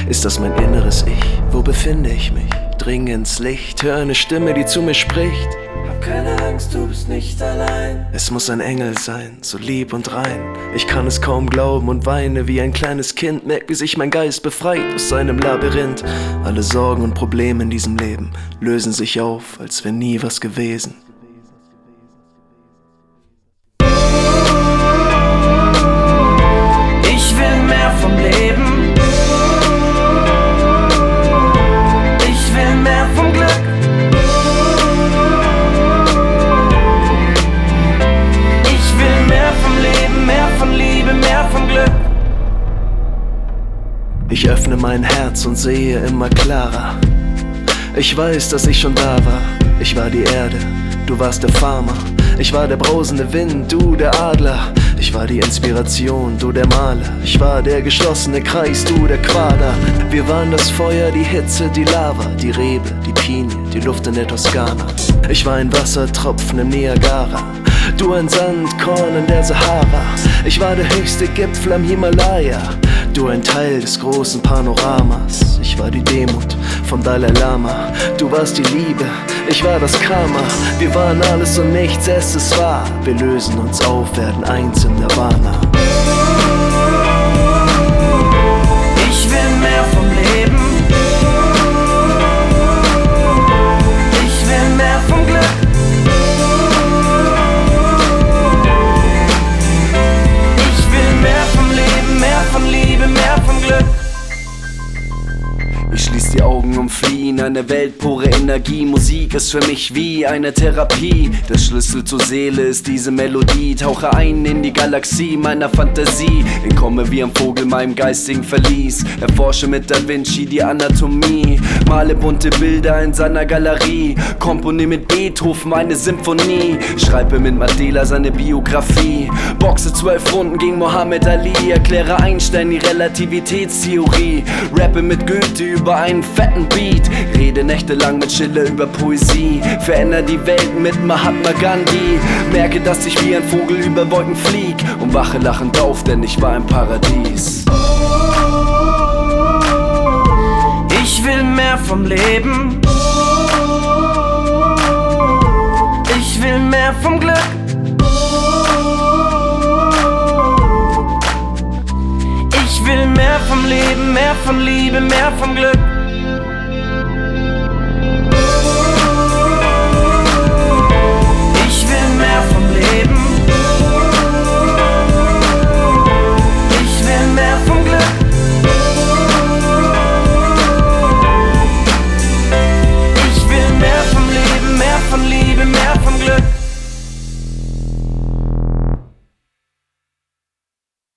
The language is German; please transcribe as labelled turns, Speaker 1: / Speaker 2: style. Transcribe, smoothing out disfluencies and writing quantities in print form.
Speaker 1: Ist das mein inneres Ich? Wo befinde ich mich? Dring ins Licht, hör eine Stimme, die zu mir spricht. Hab keine Angst, du bist nicht allein. Es muss ein Engel sein, so lieb und rein. Ich kann es kaum glauben und weine wie ein kleines Kind. Merk, wie sich mein Geist befreit aus seinem Labyrinth. Alle Sorgen und Probleme in diesem Leben lösen sich auf, als wäre nie was gewesen.
Speaker 2: Ich will mehr vom Leben. Ich will mehr vom Glück. Ich will mehr vom Leben, mehr von Liebe, mehr vom Glück.
Speaker 1: Ich öffne mein Herz und sehe immer klarer. Ich weiß, dass ich schon da war. Ich war die Erde, du warst der Farmer. Ich war der brausende Wind, du der Adler. Ich war die Inspiration, du der Maler. Ich war der geschlossene Kreis, du der Quader. Wir waren das Feuer, die Hitze, die Lava, die Rebe, die Pinie, die Luft in der Toskana. Ich war ein Wassertropfen im Niagara, du ein Sandkorn in der Sahara. Ich war der höchste Gipfel am Himalaya, du ein Teil des großen Panoramas. Ich war die Demut von Dalai Lama, du warst die Liebe, ich war das Karma. Wir waren alles und nichts, es ist wahr. Wir lösen uns auf, werden eins im Nirvana.
Speaker 2: Ich will mehr vom Leben. Ich will mehr vom Glück. Ich will mehr vom Leben, mehr von Liebe, mehr vom Glück.
Speaker 3: Ich schließ die Augen und flieh in eine Welt pure Energie. Musik ist für mich wie eine Therapie. Der Schlüssel zur Seele ist diese Melodie. Tauche ein in die Galaxie meiner Fantasie. Entkomme wie ein Vogel meinem geistigen Verlies. Erforsche mit Da Vinci die Anatomie. Male bunte Bilder in seiner Galerie. Komponiere mit Beethoven eine Symphonie. Schreibe mit Mandela seine Biografie. Boxe 12 Runden gegen Mohammed Ali. Erkläre Einstein die Relativitätstheorie. Rappe mit Goethe über einen fetten Beat. Rede nächtelang mit Schiller über Poesie. Veränder die Welt mit Mahatma Gandhi. Merke, dass ich wie ein Vogel über Wolken flieg. Und wache lachend auf, denn ich war im Paradies.
Speaker 2: Ich will mehr vom Leben. Ich will mehr vom Glück. Ich will mehr vom Leben, mehr von Liebe, mehr vom Glück.